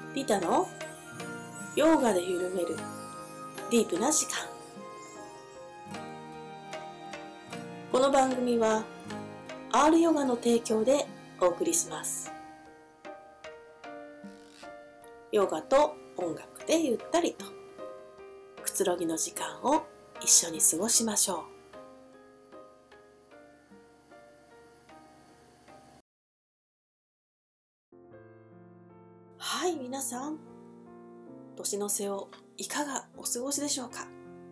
リタのヨガで緩めるディープな時間。この番組は R ヨガの提供でお送りします。ヨガと音楽でゆったりとくつろぎの時間を一緒に過ごしましょう。はい、皆さん、年の瀬をいかがお過ごしでしょうか。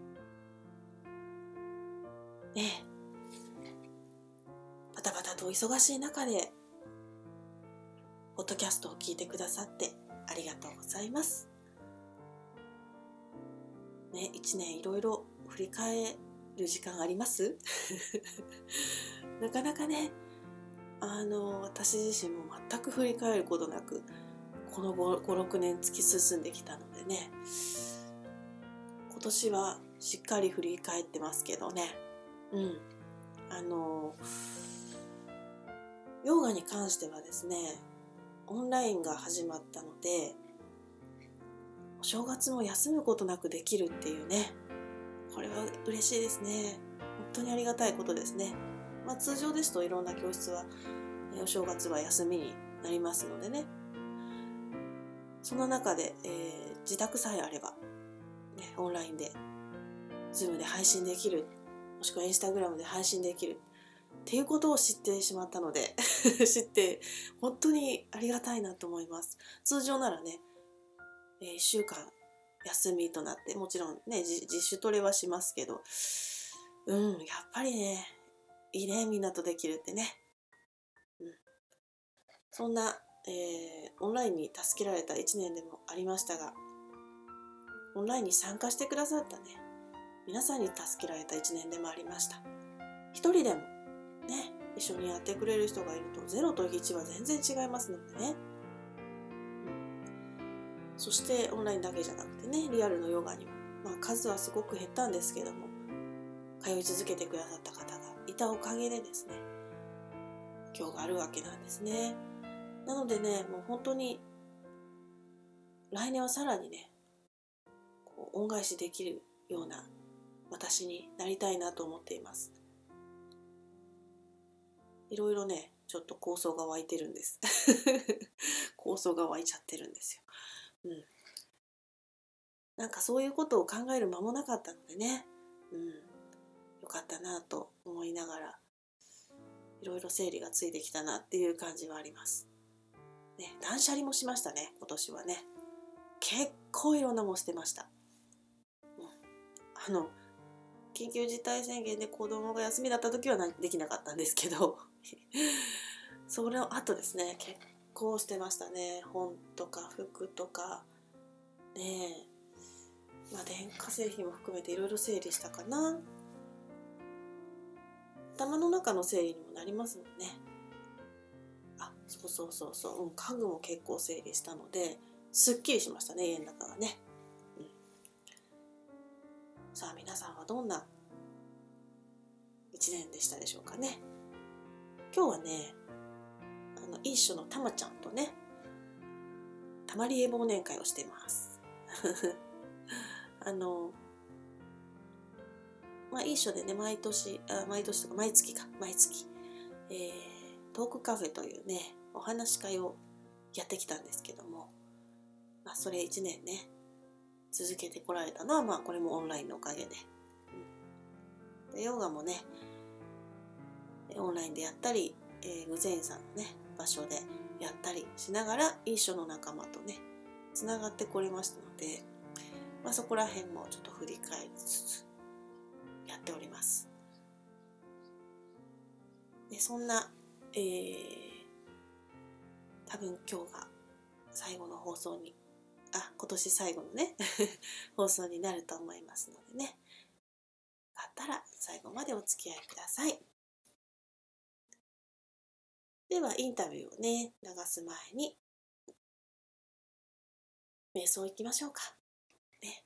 ねえ、バタバタと忙しい中でポッドキャストを聞いてくださってありがとうございます。ね、1年いろいろ振り返る時間ありますなかなかね、私自身も全く振り返ることなくこの 5,6 年突き進んできたのでね、今年はしっかり振り返ってますけどね、ヨガに関してはですね、オンラインが始まったのでお正月も休むことなくできるっていうね、これは嬉しいですね。本当にありがたいことですね。通常ですといろんな教室はお正月は休みになりますのでね、その中で、自宅さえあれば、ね、オンラインで Zoom で配信できる、もしくは Instagram で配信できるっていうことを知ってしまったので知って本当にありがたいなと思います。通常ならね、1週間休みとなって、もちろんね自主トレはしますけど、やっぱりねいいね、みんなとできるってね、そんな、オンラインに助けられた1年でもありましたが、オンラインに参加してくださったね皆さんに助けられた1年でもありました。一人でもね一緒にやってくれる人がいると0と1は全然違いますのでね、そしてオンラインだけじゃなくてね、リアルのヨガにも、数はすごく減ったんですけども、通い続けてくださった方がいたおかげでですね、今日があるわけなんですね。なのでね、もう本当に来年はさらにね恩返しできるような私になりたいなと思っています。いろいろねちょっと構想が湧いてるんです構想が湧いちゃってるんですよ。なんかそういうことを考える間もなかったのでね、よかったなと思いながら、いろいろ整理がついてきたなっていう感じはあります。ね、断捨離もしましたね、今年はね。結構いろんなもん捨てました。緊急事態宣言で子供が休みだった時はできなかったんですけどそれを後ですね、結構捨てましたね。本とか服とかね、電化製品も含めていろいろ整理したかな。頭の中の整理にもなりますもんね。そう、家具も結構整理したのですっきりしましたね、家の中がね。さあ皆さんはどんな1年でしたでしょうかね。今日はね、一緒のたまちゃんとね、たまりえ忘年会をしています一緒でね、毎月、トークカフェというねお話し会をやってきたんですけども、それ1年ね続けてこられたのはこれもオンラインのおかげで、ヨガもねオンラインでやったり、グゼインさんのね場所でやったりしながら一緒の仲間とねつながってこれましたので、そこら辺もちょっと振り返りつつやっております。でそんな、多分今日が最後の放送に今年最後のね放送になると思いますのでね、よかったら最後までお付き合いください。ではインタビューをね流す前に瞑想いきましょうかね。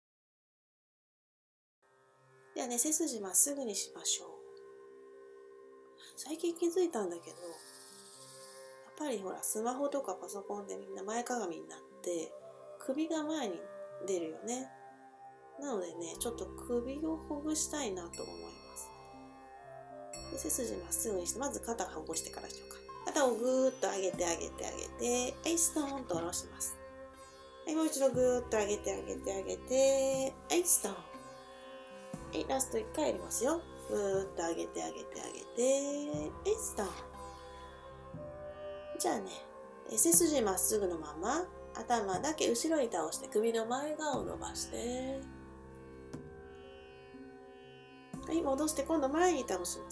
ではね、背筋まっすぐにしましょう。最近気づいたんだけど、やっぱりほらスマホとかパソコンでみんな前かがみになって首が前に出るよね。なのでね、ちょっと首をほぐしたいなと思います。で、背筋まっすぐにして、まず肩をほぐしてからでしょうか。肩をぐーっと上げて、はい、ストーンと下ろします。はい、もう一度ぐーっと上げて、はい、ストーン。はい、ラスト1回やりますよ。ぐーっと上げて、はい、ストーン。じゃあね、背筋まっすぐのまま、頭だけ後ろに倒して、首の前側を伸ばして、はい、戻して今度前に倒します。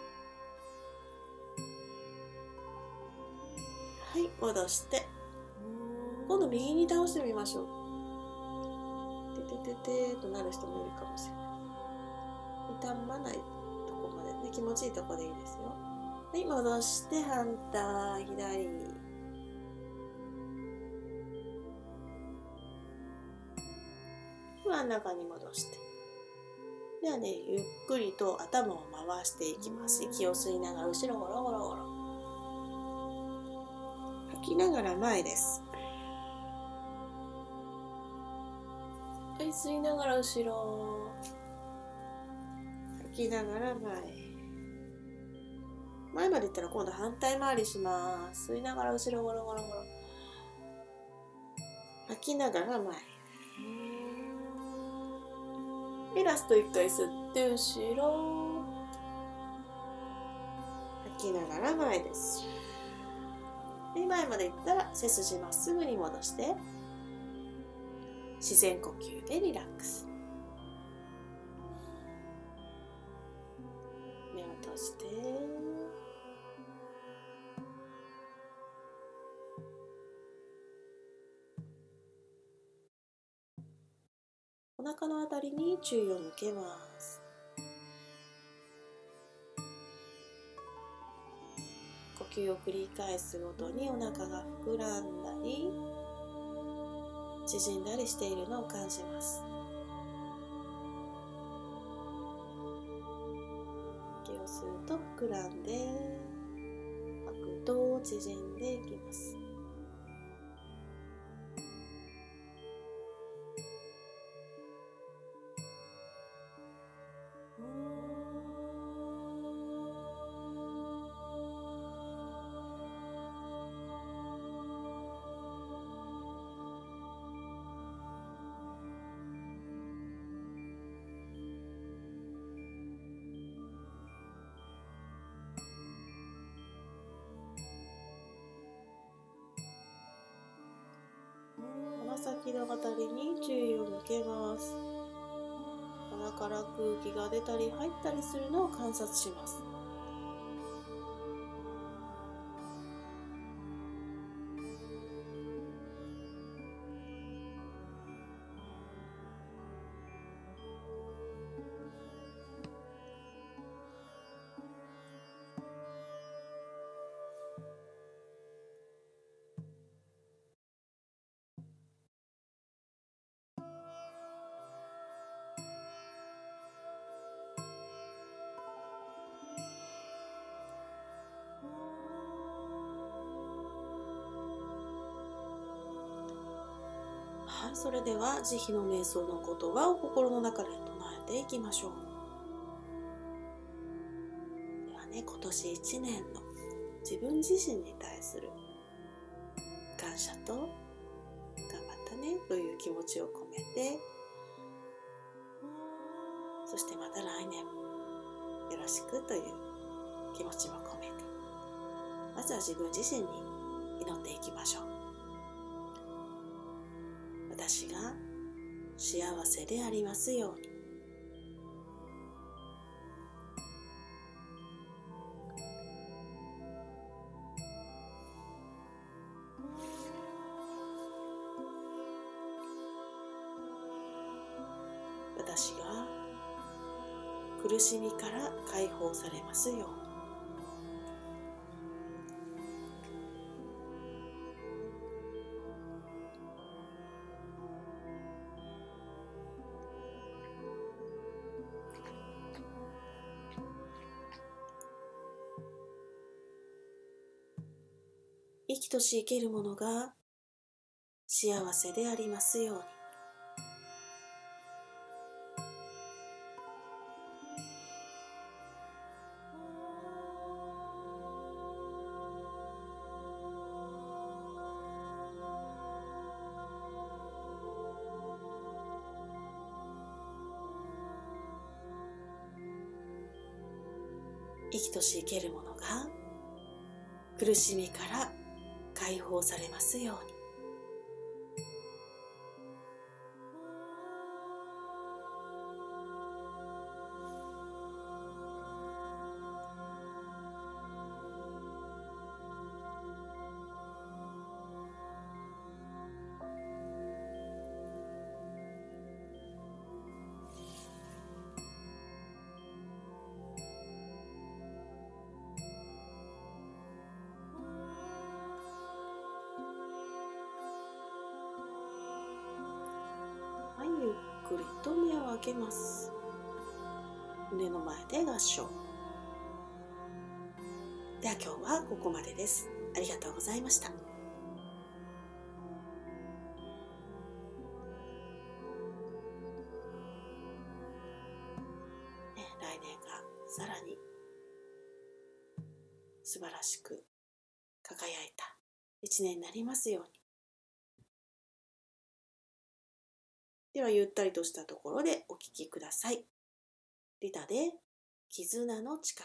はい、戻して、今度右に倒してみましょう。ててててとなる人もいるかもしれない。傷まないとこまでね、気持ちいいとこでいいですよ。はい、戻して反対、左。真ん中に戻して。ではね、ゆっくりと頭を回していきます。息を吸いながら後ろゴロゴロゴロ。吐きながら前です。はい、吸いながら後ろ。吐きながら前。前までいったら今度反対回りします。吸いながら後ろゴロゴロゴロ。吐きながら前。で、ラスト1回吸って後ろ。吐きながら前です。で、前までいったら背筋まっすぐに戻して自然呼吸でリラックス。目を閉じて、お腹のあたりに注意を向けます。呼吸を繰り返すごとにお腹が膨らんだり縮んだりしているのを感じます。息を吸うと膨らんで、吐くと縮んでいきます。先のあたりに注意を向けます。鼻から空気が出たり入ったりするのを観察します。はい、それでは慈悲の瞑想の言葉を心の中で唱えていきましょう。ではね、今年1年の自分自身に対する感謝と頑張ったねという気持ちを込めて、そしてまた来年もよろしくという気持ちも込めて、まずは自分自身に祈っていきましょう。私が幸せでありますように。私が苦しみから解放されますように。 生きとし生けるものが幸せでありますように。生きとし生けるものが苦しみから解放されますように。はい、ゆっくりと目を開けます。胸の前で合掌。では今日はここまでです。ありがとうございました。来年がさらに素晴らしく輝いた一年になりますように。ではゆったりとしたところでお聞きください。リタで絆の力。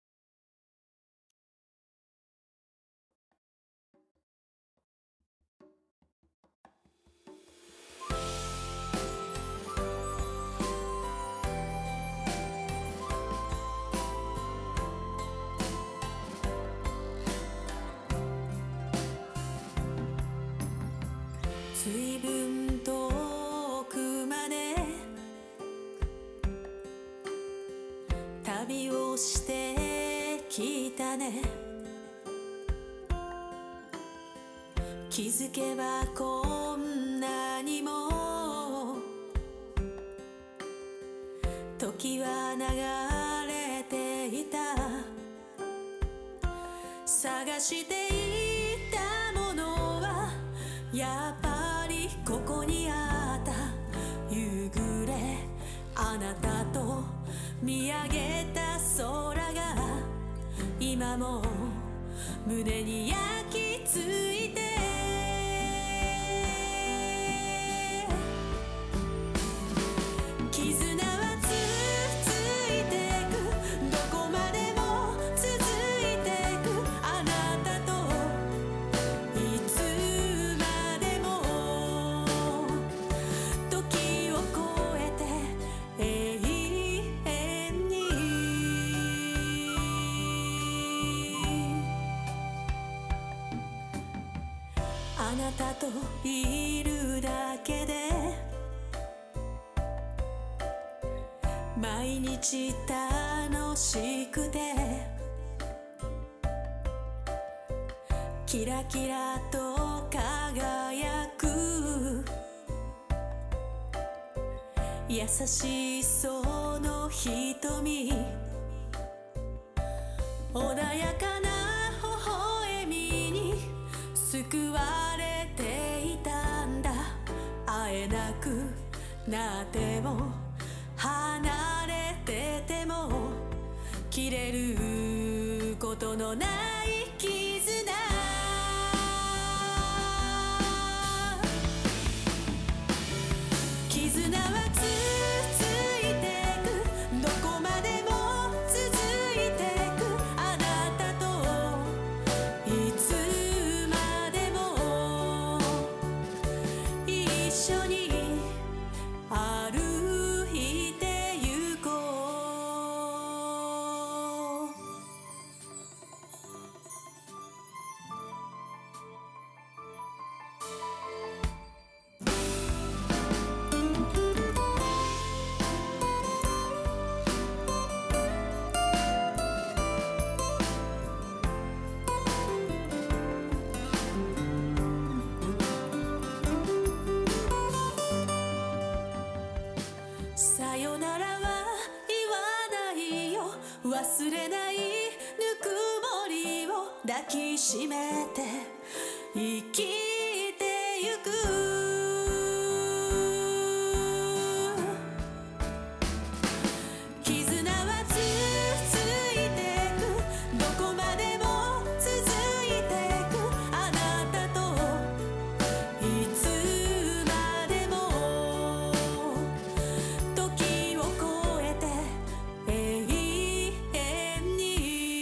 随分遠くまで旅をしてきたね。気づけばこんなにも時は流れていた。探していたものはやっぱりここにあった。夕暮れあなたと見上げた空が今も胸に焼き付いて、絆はついてく、どこまでも続いてく。あなたといつまでも時を超えて永遠に。あなたといるだけで毎日楽しくて、キラキラと輝く優しいその瞳、穏やかな微笑みに救われていたんだ。会えなくなっても離れてても切れることのない絆。絆はついてく、どこまでも続いてく。あなたといつまでも一緒に歩いてゆこう。さよならは言わないよ、忘れないぬくもりを抱きしめて生きてゆく絆はついてくどこまでも続いてくあなたといつまでも時を超えて永遠に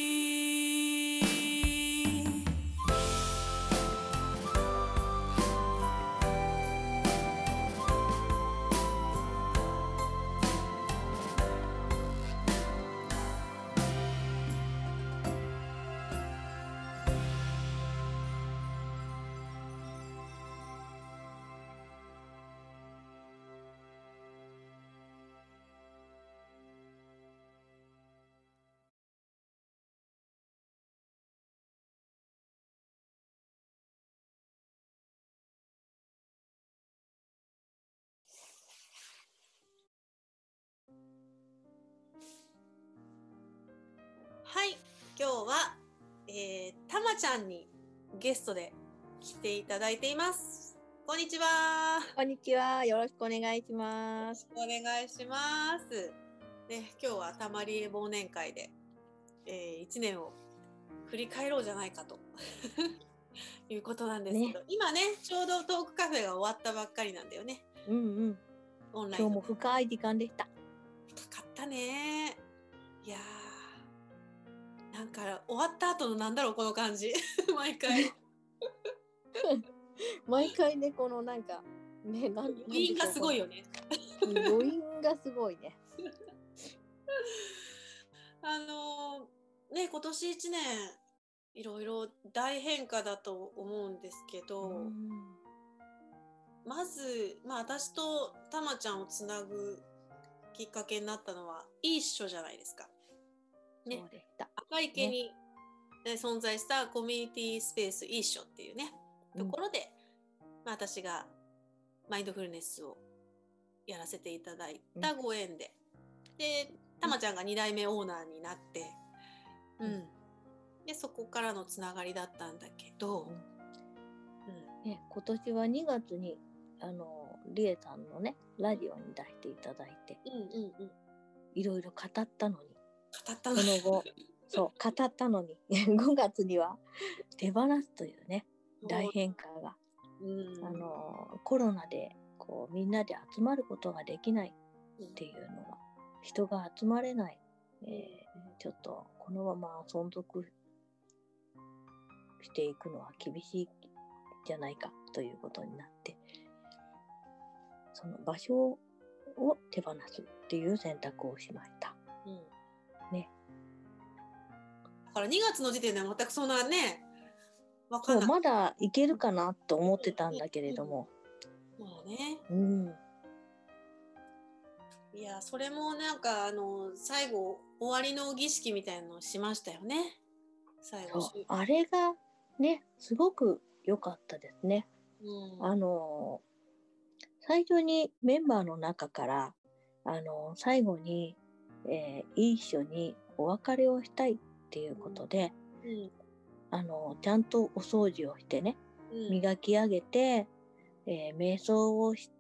はい、今日は、たまちゃんにゲストで来ていただいています。こんにちは。 こんにちは。よろしくお願いします。 お願いします。ね、今日はたまりえ忘年会で、1年を振り返ろうじゃないかということなんですけど、今ね、ちょうどトークカフェが終わったばっかりなんだよね。 うんうん。 オンライン今日も深い時間でした。 深かったね。いやー、なんか終わった後のなんだろうこの感じ毎回毎回ね、このなんかね、余韻がすごいよね。 余韻がすごいね。 ね、今年1年いろいろ大変化だと思うんですけど、まず、私とたまちゃんをつなぐきっかけになったのはいいっしょじゃないですか。ね、 そうでした。 赤池に、存在したコミュニティスペースいいっしょっていうね、ところで、私がマインドフルネスをやらせていただいたご縁で、でたまちゃんが2代目オーナーになって、でそこからのつながりだったんだけど、 ね、今年は2月にりえさんのねラジオに出していただいて、いろいろ語ったのにその後そう語ったのに5月には手放すというね大変化が、コロナでこうみんなで集まることができないっていうのは、人が集まれない、ちょっとこのまま存続していくのは厳しいじゃないかということになって、その場所を手放すっていう選択をしました。ね。 だから2月の時点では全くそんなね、分かんない。 そうまだいけるかなと思ってたんだけれども。 まあね。いや、それもなんか最後終わりの儀式みたいなのをしましたよね。最後。 そうあれがねすごく良かったですね。最初にメンバーの中から最後に、一緒にお別れをしたいっていうことで、ちゃんとお掃除をしてね、磨き上げて、瞑想をして、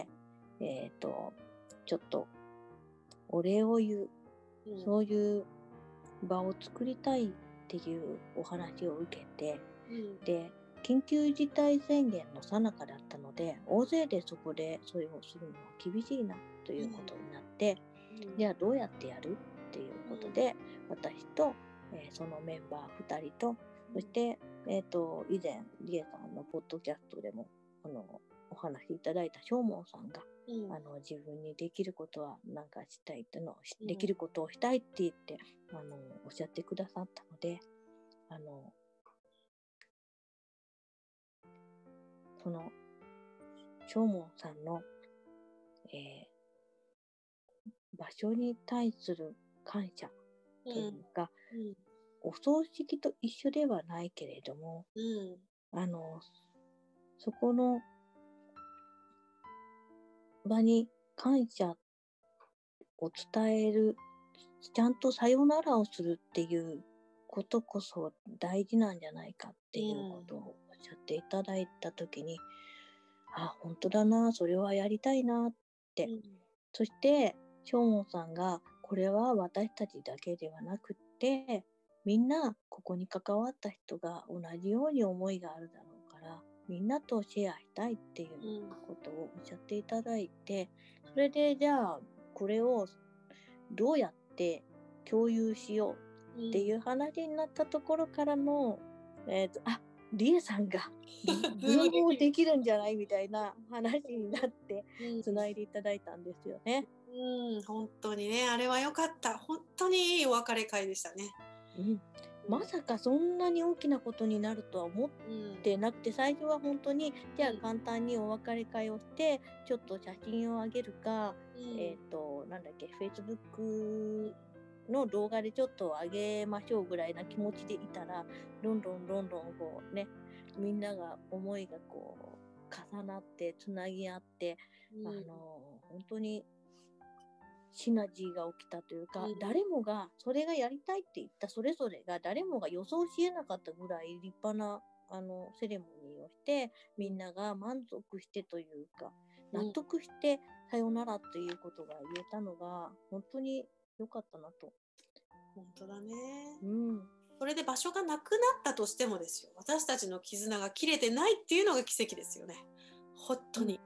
ちょっとお礼を言う、そういう場を作りたいっていうお話を受けて、で緊急事態宣言の最中だったので、大勢でそこでそれをするのは厳しいなということになって、じゃあどうやってやるっていうことで、私と、そのメンバー2人と、そして、以前りえさんのポッドキャストでもお話しいただいたしょうもんさんが、自分にできることは何かしたいっていうのを、できることをしたいって言っておっしゃってくださったので、そのしょうもんさんの、場所に対する感謝というか、お葬式と一緒ではないけれども、そこの場に感謝を伝える、ちゃんとさよならをするっていうことこそ大事なんじゃないかっていうことをおっっしゃっていただいた時に、本当だな、それはやりたいなって、そしてしょうもんさんがこれは私たちだけではなくってみんなここに関わった人が同じように思いがあるだろうからみんなとシェアしたいっていうことをおっしゃっていただいて、それでじゃあこれをどうやって共有しようっていう話になったところからの、リエさんがズームもできるんじゃないみたいな話になってつないでいただいたんですよね。 本当にね、あれは良かった。本当にいいお別れ会でしたね。 まさかそんなに大きなことになるとは思ってなくて、最初は本当にじゃあ簡単にお別れ会をしてちょっと写真をあげるか、なんだっけ、Facebookの動画でちょっと上げましょうぐらいな気持ちでいたら、どんどんこうね、みんなが思いがこう重なってつなぎ合って、本当にシナジーが起きたというか、誰もがそれがやりたいって言ったそれぞれが誰もが予想しえなかったぐらい立派なセレモニーをして、みんなが満足してというか納得してさよならっていうことが言えたのが本当に良かったなと。 本当だね。それで場所がなくなったとしてもですよ、私たちの絆が切れてないっていうのが奇跡ですよね。本当に。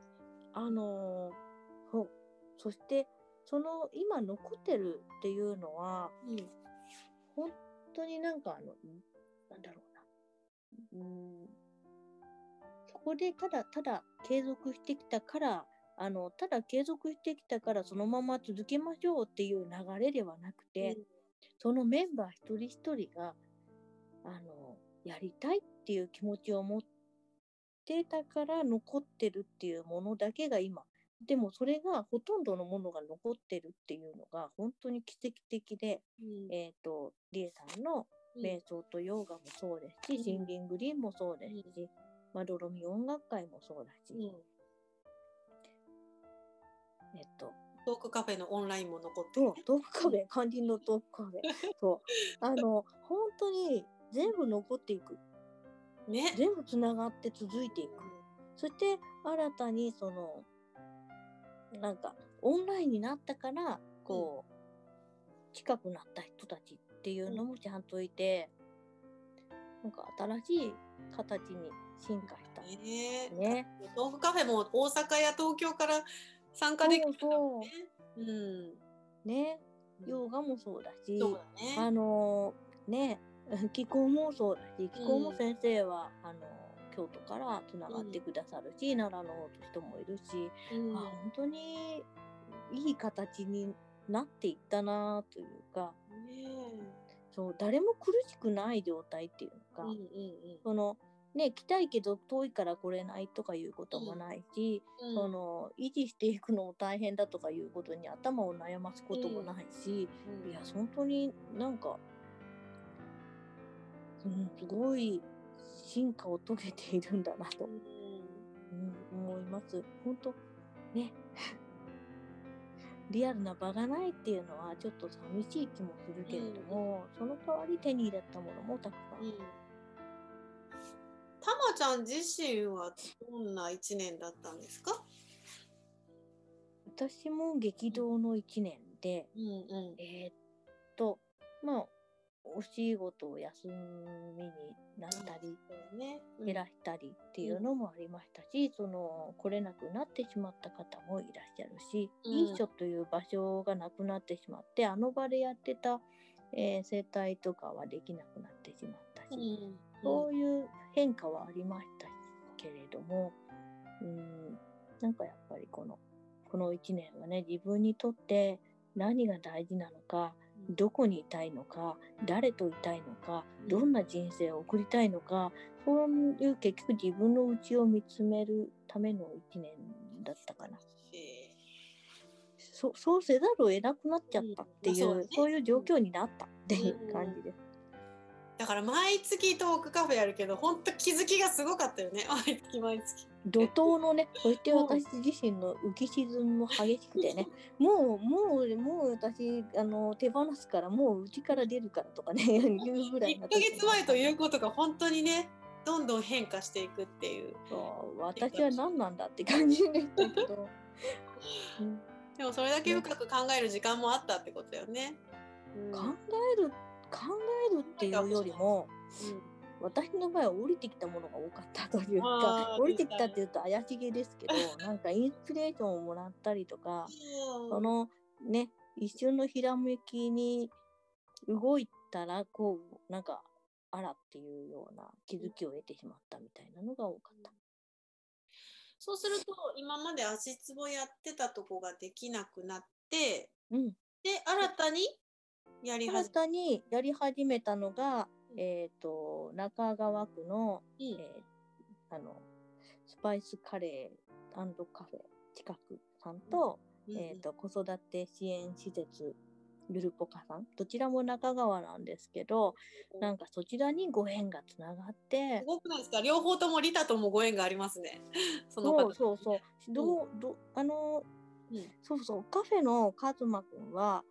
そしてその今残ってるっていうのは、本当になんだろうな、そこでただ継続してきたからそのまま続けましょうっていう流れではなくて、そのメンバー一人一人がやりたいっていう気持ちを持ってたから残ってるっていうものだけが今、でもそれがほとんどのものが残ってるっていうのが本当に奇跡的で、リエさんの瞑想とヨガもそうですし、シンギングリーンもそうですし、まどろみ音楽会もそうだし、 トークカフェのオンラインも残ってる、ね、 トークカフェ、肝心のトークカフェ本当に全部残っていく、全部つながって続いていく、そして新たにそのなんかオンラインになったからこう、近くなった人たちっていうのもちゃんといて、なんか新しい形に進化した、 トークカフェも大阪や東京から参加できるからね。ヨガもそうだし、気候もそうだし、気候も先生は京都からつながってくださるし、奈良の人もいるし、本当にいい形になっていったなというか、そう誰も苦しくない状態っていうのか、そのね、来たいけど遠いから来れないとかいうこともないし、その維持していくのも大変だとかいうことに頭を悩ますこともないし、いや本当になんか、すごい進化を遂げているんだなと、思います。本当ねリアルな場がないっていうのはちょっと寂しい気もするけれども、その代わり手に入れたものもたくさん、 たまちゃん自身はどんな1年だったんですか？ 私も激動の1年で、まあお仕事を休みになったり、減らしたりっていうのもありましたし、その来れなくなってしまった方もいらっしゃるし、いい書という場所がなくなってしまって、あの場でやってた、整体とかはできなくなってしまったし、そういう変化はありましたけれども、なんかやっぱりこの1年はね、自分にとって何が大事なのか、どこにいたいのか、誰といたいのか、どんな人生を送りたいのか、そういう結局自分の内を見つめるための1年だったかな。そうせざるを得なくなっちゃったっていう、そういう状況になったっていう感じです。 だから毎月トークカフェやるけど、本当気づきがすごかったよね。毎月。 怒涛のね、そして私自身の浮き沈みも激しくてね、もう私手放すから、もううちから出るからとかねいうぐらい 1ヶ月前ということが本当にね、 どんどん変化していくっていう。 そう私は何なんだって感じでしたけど、 でもそれだけ深く考える時間もあったってことだよね。 考えるっていうよりも、私の場合は降りてきたものが多かったというか、降りてきたっていうと怪しげですけどなんかインスピレーションをもらったりとか、そのね一瞬のひらめきに動いたらこうなんかあらっていうような気づきを得てしまったみたいなのが多かった。 そうすると今まで足つぼやってたとこができなくなって、で新たにやり始めたのが、中川区の、スパイスカレー&カフェ近くさんと、子育て支援施設ゆるぽかさん、どちらも中川なんですけど、なんかそちらにご縁がつながって。 すごくないですか？両方ともリタともご縁がありますね。 そう、カフェのカズマくんは、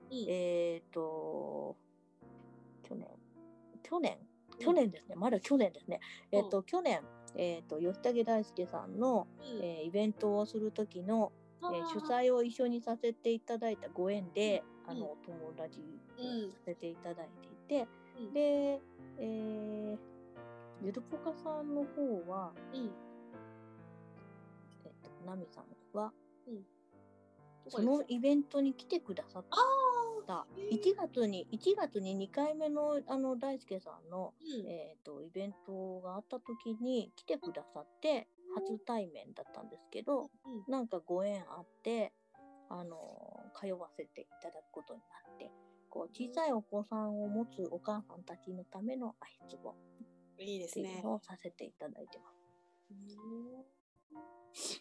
去年ですね、まだ去年ですね。去年、吉武大輔さんの、イベントをする時の、主催を一緒にさせていただいたご縁で、お友達させていただいていて、で、ゆるぽかさんの方は、ナミさんは、そのイベントに来てくださった。1月に2回目の大輔さんの、イベントがあった時に来てくださって初対面だったんですけど、なんかご縁あって通わせていただくことになって、こう小さいお子さんを持つお母さんたちのための足つぼっていうのをさせていただいてます。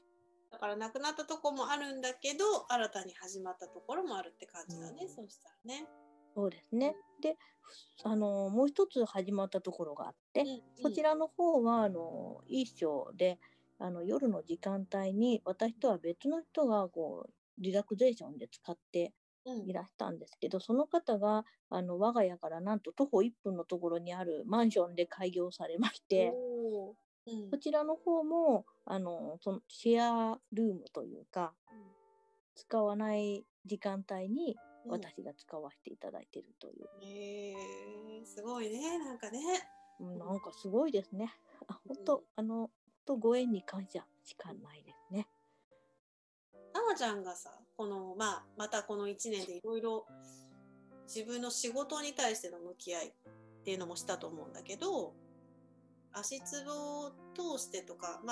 だからなくなったところもあるんだけど新たに始まったところもあるって感じだね、そうしたらね。 そうですね。で、もう一つ始まったところがあって、そちらの方は一緒で夜の時間帯に私とは別の人がこうリラクゼーションで使っていらしたんですけど、その方が我が家からなんと徒歩1分のところにあるマンションで開業されまして、こちらの方もそのシェアルームというか、使わない時間帯に私が使わせていただいているという。すごいね、なんかね。 なんかすごいですね。本当ご縁に感謝しかないですね。 あまちゃんがさ、またこの1年でいろいろ自分の仕事に対しての向き合いっていうのもしたと思うんだけど、足つぼを通してとか、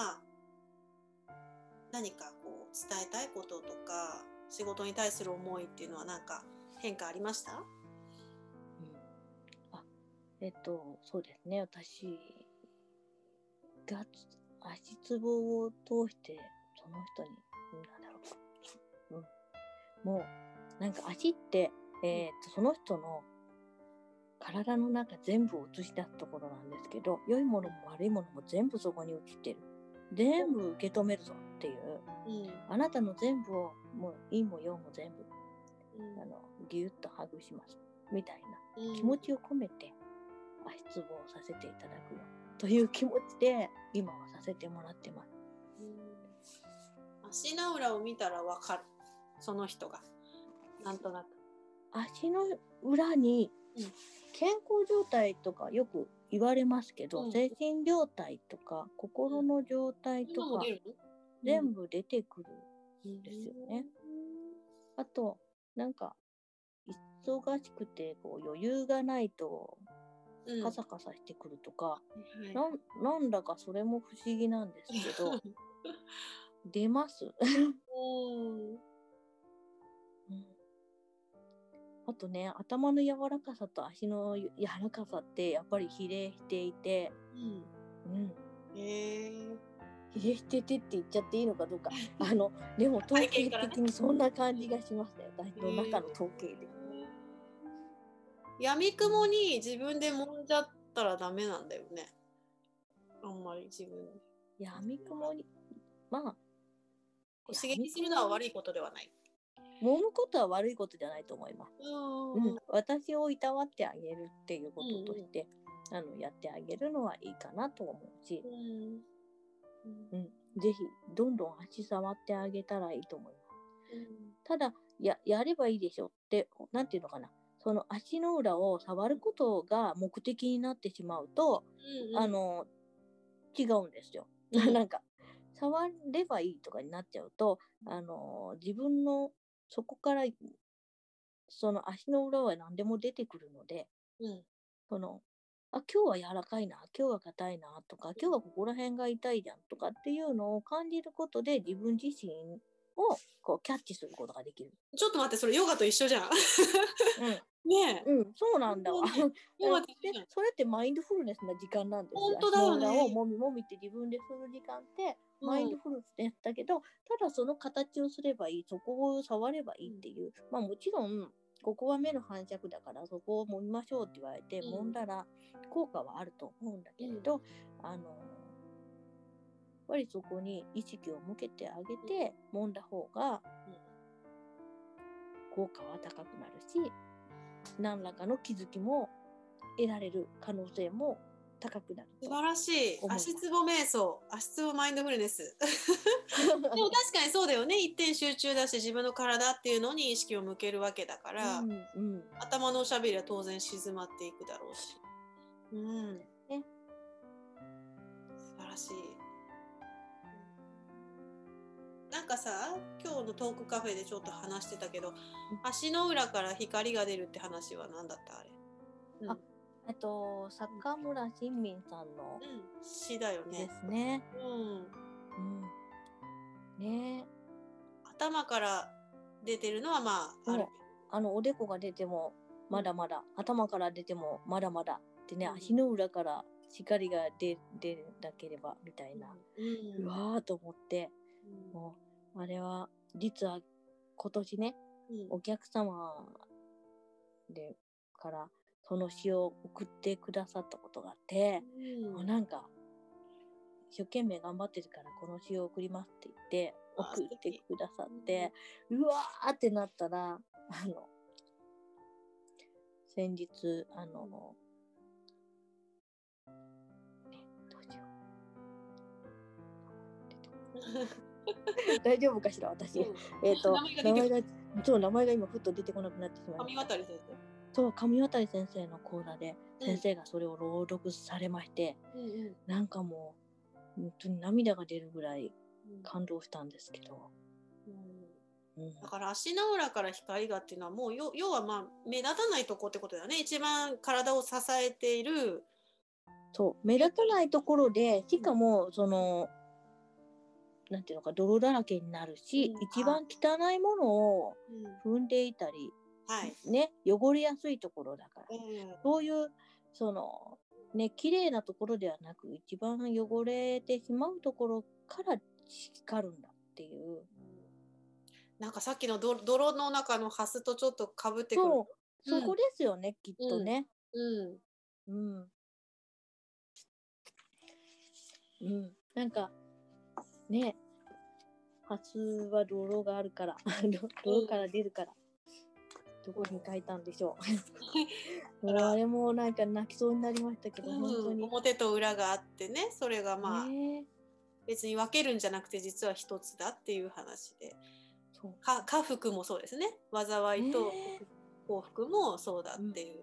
何かこう伝えたいこととか仕事に対する思いっていうのは何か変化ありました？ そうですね、私が足つぼを通してその人にもうなんか足って、その人の体の中全部を映し出すところなんですけど、良いものも悪いものも全部そこに映ってる、全部受け止めるぞっていう、あなたの全部をもう陰も陽も全部、ギュッとハグしますみたいな気持ちを込めて足つぼをさせていただくよという気持ちで今はさせてもらってます。 足の裏を見たら分かる、その人がなんとなく足の裏に健康状態とかよく言われますけど、精神状態とか心の状態とか全部出てくるんですよね。あとなんか忙しくてこう余裕がないとカサカサしてくるとか、なんだかそれも不思議なんですけど出ますあとね、頭の柔らかさと足の柔らかさってやっぱり比例していて、比例しててって言っちゃっていいのかどうかでも統計的にそんな感じがしましたよ、私の中の統計で。 やみくもに自分で揉んじゃったらダメなんだよね、あんまり自分で。 やみくもに刺激するのは悪いことではない。 揉むことは悪いことじゃないと思います。私をいたわってあげるっていうこととして、 やってあげるのはいいかなと思うし、ぜひどんどん足触ってあげたらいいと思います。ただやればいいでしょって、なんていうのかな、その足の裏を触ることが目的になってしまうと、違うんですよ。なんか触ればいいとかになっちゃうと、自分のそこからその足の裏は何でも出てくるので、今日は柔らかいな、今日は硬いなとか、今日はここら辺が痛いじゃんとかっていうのを感じることで、自分自身をこうキャッチすることができる。 ちょっと待って、それヨガと一緒じゃん。ねえ。 そうなんだわ。でそれってマインドフルネスな時間なんですよ。 本当だよね。 足の裏をもみもみって自分でする時間ってマインドフルネスだけど、ただその形をすればいい、そこを触ればいいっていう、もちろんここは目の反射区だからそこを揉みましょうって言われて揉んだら効果はあると思うんだけれど、やっぱりそこに意識を向けてあげて揉んだ方が効果は高くなるし、何らかの気づきも得られる可能性も高くなる。 素晴らしい。足つぼ瞑想、足つぼマインドフルネス。でも確かにそうだよね。一点集中だし、自分の体っていうのに意識を向けるわけだから、頭のおしゃべりは当然静まっていくだろうし。ね、素晴らしい。なんかさ、今日のトークカフェでちょっと話してたけど、足の裏から光が出るって話は何だったあれ？ 坂村新民さんの詩だよね。 ですね。ね。 頭から出てるのはある。 おでこが出てもまだまだ、頭から出てもまだまだってね、足の裏から光が出なければみたいな、うわーと思って。もうあれは実は今年ね、お客様でからその詩を送ってくださったことがあって、もうなんか一生懸命頑張ってるからこの詩を送りますって言って送ってくださって、うわーってなったら先日どうしよう大丈夫かしら私。名前が今ふっと出てこなくなってしまいました。 上渡先生。 そう、上渡先生の講座で先生がそれを朗読されまして、なんかもう本当に涙が出るぐらい感動したんですけど。 だから足の裏から光がっていうのはもう要は目立たないとこってことだよね。一番体を支えている。 そう、目立たないところで、しかもそのなんていうのか、泥だらけになるし、一番汚いものを踏んでいたり、ね、汚れやすいところだから、そういうそのね、綺麗なところではなく、一番汚れてしまうところから光るんだっていう。 なんかさっきの泥の中のハスとちょっとかぶってくる。 そこですよね、きっとね。なんかね、ハスは泥があるから泥から出るから、どこに書いたんでしょう。あれもなんか泣きそうになりましたけど、本当に表と裏があってね、それが別に分けるんじゃなくて実は一つだっていう話で、家福もそうですね、災いと幸福もそうだっていう。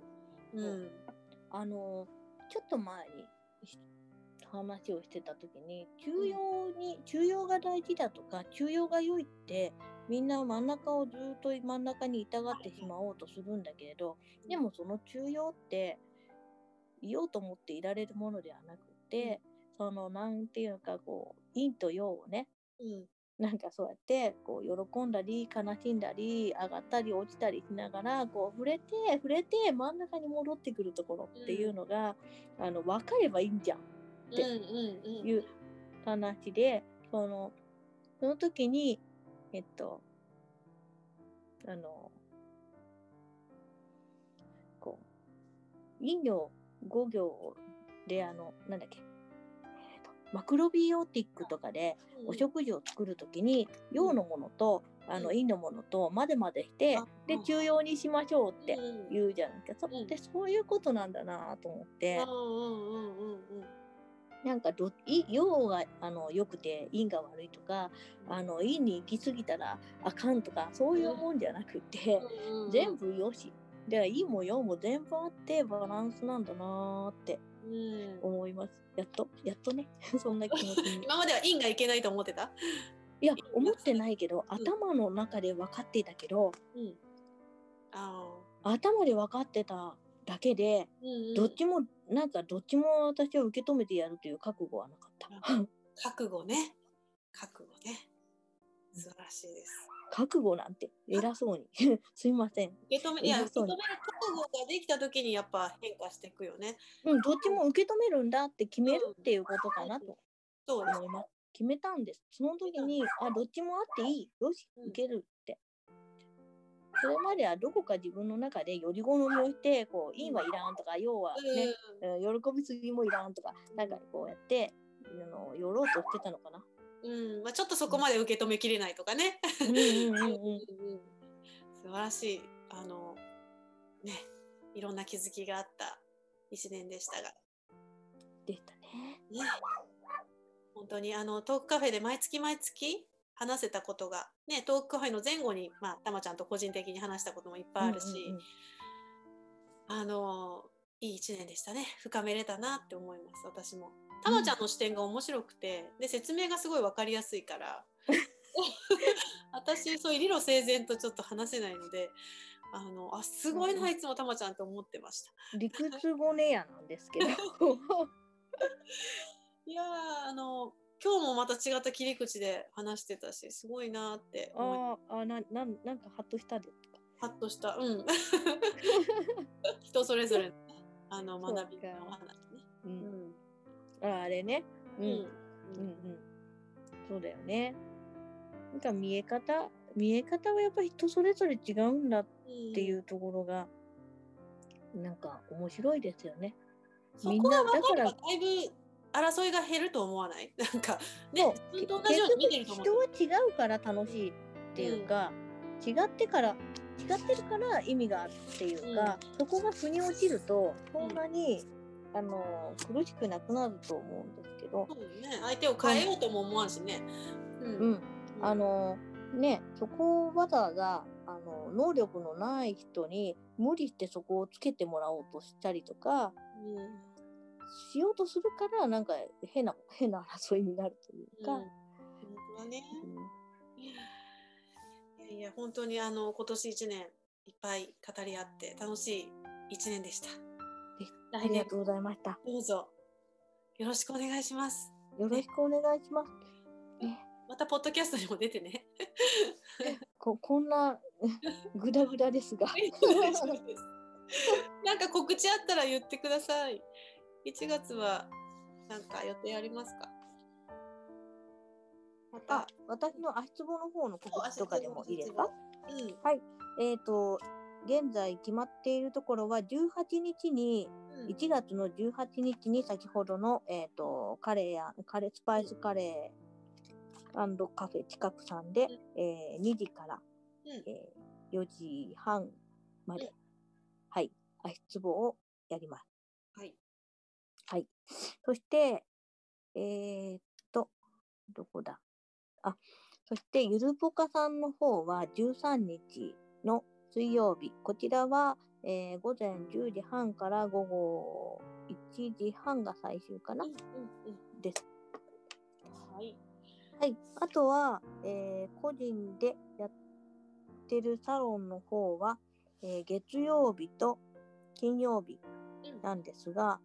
ちょっと前に話をしてた時に中庸が大事だとか中庸が良いってみんな真ん中をずっと真ん中にいたがってしまおうとするんだけれど、でもその中庸っていようと思っていられるものではなくて、そのなんていうかこう陰と陽をね、なんかそうやってこう喜んだり悲しんだり上がったり落ちたりしながらこう触れて真ん中に戻ってくるところっていうのが、分かればいいんじゃんっていう話で、その時にこう陰陽五行でなんだっけ、マクロビオティックとかでお食事を作るときに陽のものと陰のものと混ぜ混ぜしてで中庸にしましょうって言うじゃないですか。でそういうことなんだなと思って、なんか陽が良くて陰が悪いとか陰に行き過ぎたらあかんとかそういうもんじゃなくて、全部よしで陰も陽も全部あってバランスなんだなって思います。やっとねそんな気持ちに。 今までは陰がいけないと思ってた？ いや思ってないけど、頭の中で分かっていたけど、頭で分かってただけで、どっちも私は受け止めてやるという覚悟はなかった。 覚悟ね素晴らしいです。 覚悟なんて偉そうにすいません。 受け止める覚悟ができた時にやっぱ変化していくよね。 どっちも受け止めるんだって決めるっていうことかなと思います。決めたんです。その時にどっちもあっていいよし受けるって。それまではどこか自分の中でより好みをして陰はいらんとか陽はね、喜びすぎもいらんとかなんかこうやって寄ろうとしてたのかな。 ちょっとそこまで受け止めきれないとかね。素晴らしいいろんな気づきがあった1年でしたが。 でしたね。 本当にトークカフェで毎月話せたことがね、トークカフェの前後にたまちゃんと個人的に話したこともいっぱいあるし、いい1年でしたね。深めれたなって思います。私もたまちゃんの視点が面白くて、で説明がすごい分かりやすいから私そういう理路整然とちょっと話せないのですごいな、いつもたまちゃんと思ってました。 理屈語ねやなんですけどいや今日もまた違った切り口で話してたし、すごいなって思いなんかハッとしたでハッとした人それぞれ学びのお話ね。 あれねそうだよね。なんか見え方はやっぱり人それぞれ違うんだっていうところがなんか面白いですよね。 みんなだからだいぶ争いが減ると思わない？なんかね、 結局人は違うから楽しいっていうか、違ってるから意味があるっていうか、そこが腑に落ちるとそんなに苦しくなくなると思うんですけど、 相手を変えようとも思わんしね。 そこをわざわざ能力のない人に無理してそこをつけてもらおうとしたりとか、しようとするからなんか変な争いになるというか。本当だね。いや本当に今年1年いっぱい語り合って楽しい1年でした。 ありがとうございました。 どうぞよろしくお願いします。 よろしくお願いします。 またポッドキャストにも出てね。 こんなグダグダですが。 なんか告知あったら言ってください。1月はなんか予定ありますか？また私の足つぼの方の告知とかでもいいですか？はい。現在決まっているところは18日に、1月の18日に先ほどのスパイスカレー&カフェ近くさんで、2時から、4時半まで、足つぼをやります。はい。そして、どこだ？そして、ゆるぽかさんの方は13日の水曜日。こちらは、午前10時半から午後1時半が最終かな、です。はい。あとは、個人でやってるサロンの方は、月曜日と金曜日なんですが、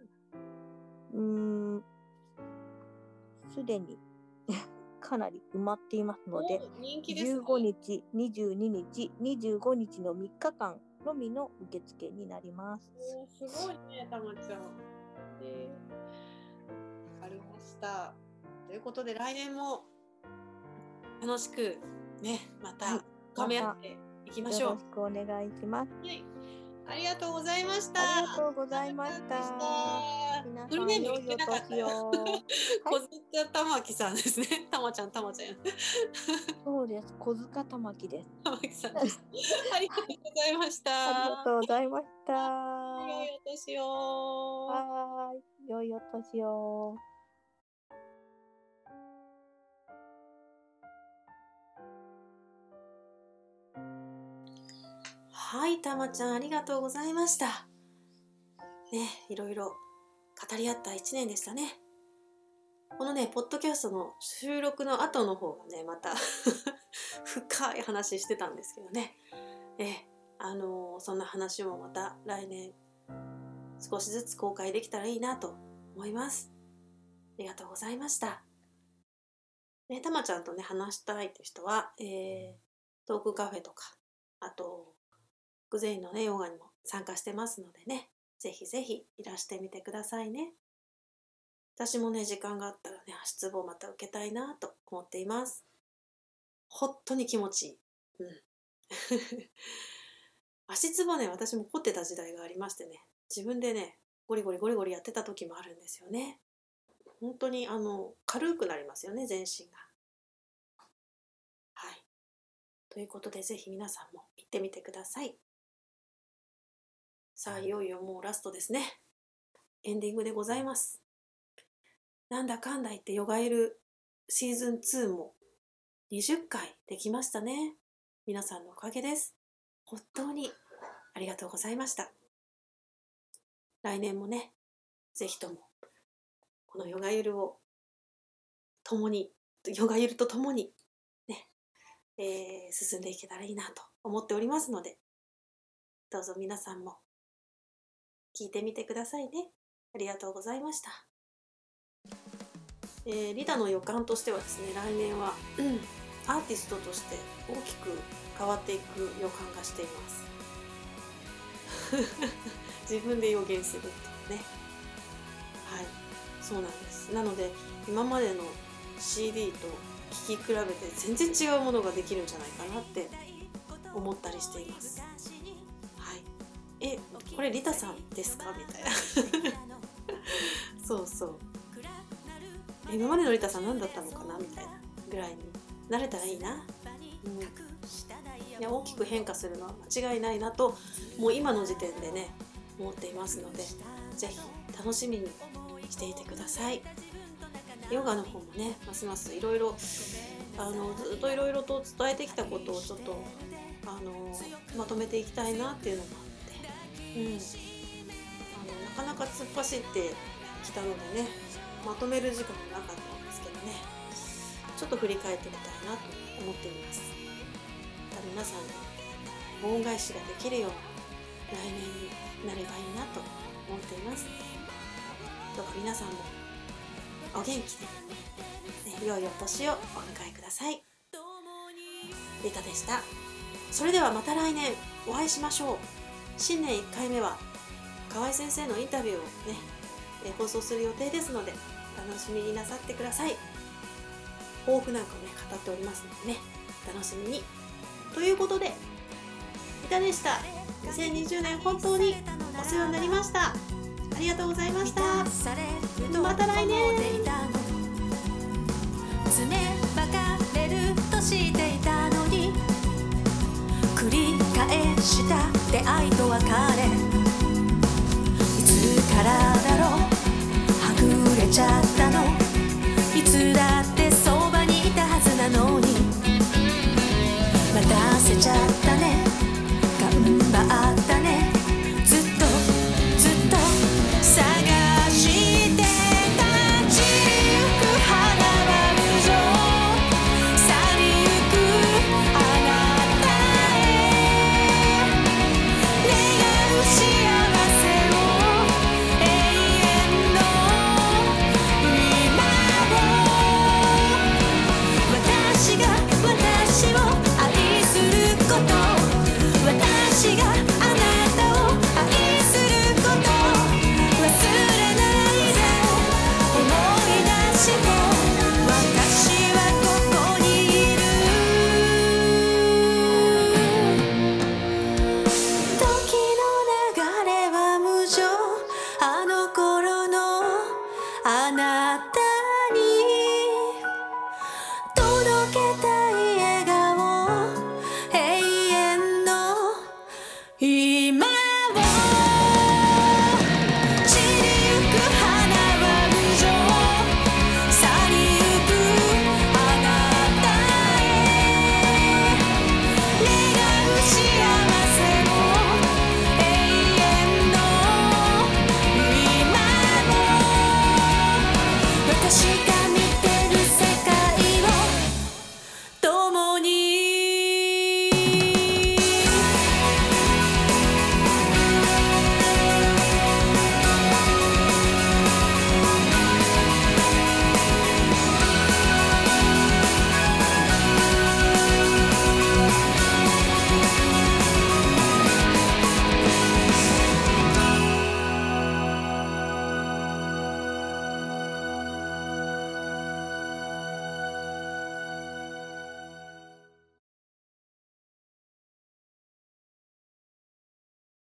すでにかなり埋まっていますので、15日、22日、25日の3日間のみの受付になります。 すごいね、たまちゃん。わかりました。ということで来年も楽しくね、また深め合っていきましょう。 よろしくお願いします。 ありがとうございました。 ありがとうございました。皆さん、良いお年を。 小塚玉木さんですね。たまちゃん。 そうです。小塚玉木です。 玉木さんです。ありがとうございました。 ありがとうございました。 良いお年を。 はい、良いお年を。 はい、たまちゃんありがとうございました。ね、いろいろ語り合った1年でしたね。このね、ポッドキャストの収録の後の方がね、また深い話してたんですけどね。そんな話もまた来年少しずつ公開できたらいいなと思います。ありがとうございました。ね、たまちゃんとね、話したいって人は、トークカフェとか、あと、グゼインのね、ヨガにも参加してますのでね、ぜひぜひいらしてみてくださいね。私もね、時間があったらね、足つぼをまた受けたいなと思っています。本当に気持ちいい。足つぼね、私も凝ってた時代がありましてね、自分でね、ゴリゴリやってた時もあるんですよね。本当に軽くなりますよね、全身が。はい。ということで、ぜひ皆さんも行ってみてください。さあ、いよいよもうラストですね。エンディングでございます。なんだかんだ言ってヨガエルシーズン2も20回できましたね。皆さんのおかげです。本当にありがとうございました。来年もね、ぜひともこのヨガエルを共に、ヨガエルと共にね、進んでいけたらいいなと思っておりますので、どうぞ皆さんも聞いてみてくださいね。ありがとうございました。リダの予感としてはですね、来年は、アーティストとして大きく変わっていく予感がしています。自分で予言するっていうね。はい、そうなんです。なので今までの CD と聴き比べて全然違うものができるんじゃないかなって思ったりしています。はい。これリタさんですかみたいな。そうそう。今までのリタさん何だったのかなみたいなぐらいになれたらいいな。いや、大きく変化するのは間違いないなと、もう今の時点でね思っていますので、ぜひ楽しみにしていてください。ヨガの方もね、ますますいろいろずっといろいろと伝えてきたことをちょっとまとめていきたいなっていうのがあって、なかなか突っ走ってきたのでね、まとめる時間もなかったんですけどね、ちょっと振り返ってみたいなと思っています。皆さんに恩返しができるような来年になればいいなと思っています。どうか皆さんもお元気で、良いお年をお迎えください。リタでした。それではまた来年お会いしましょう。新年1回目は河合先生のインタビューをね、放送する予定ですので、楽しみになさってください。抱負なんかをね語っておりますのでね、楽しみに。ということで、リタでした。2020年本当にお世話になりました。ありがとうございました。また来年。 詰めばかれるとしていたのに、繰り返した出会いと別れ、いつからだろうはぐれちゃったの、いつだってそばにいたはずなのに、待たせちゃったね、頑張ったね、ずっと探してた散りゆく花は無情、去りゆくあなたへ願う幸せを永遠のけたい笑顔、永遠の今を散りゆく花は無情、去りゆくあなたへ願う幸せを、永遠の今も私が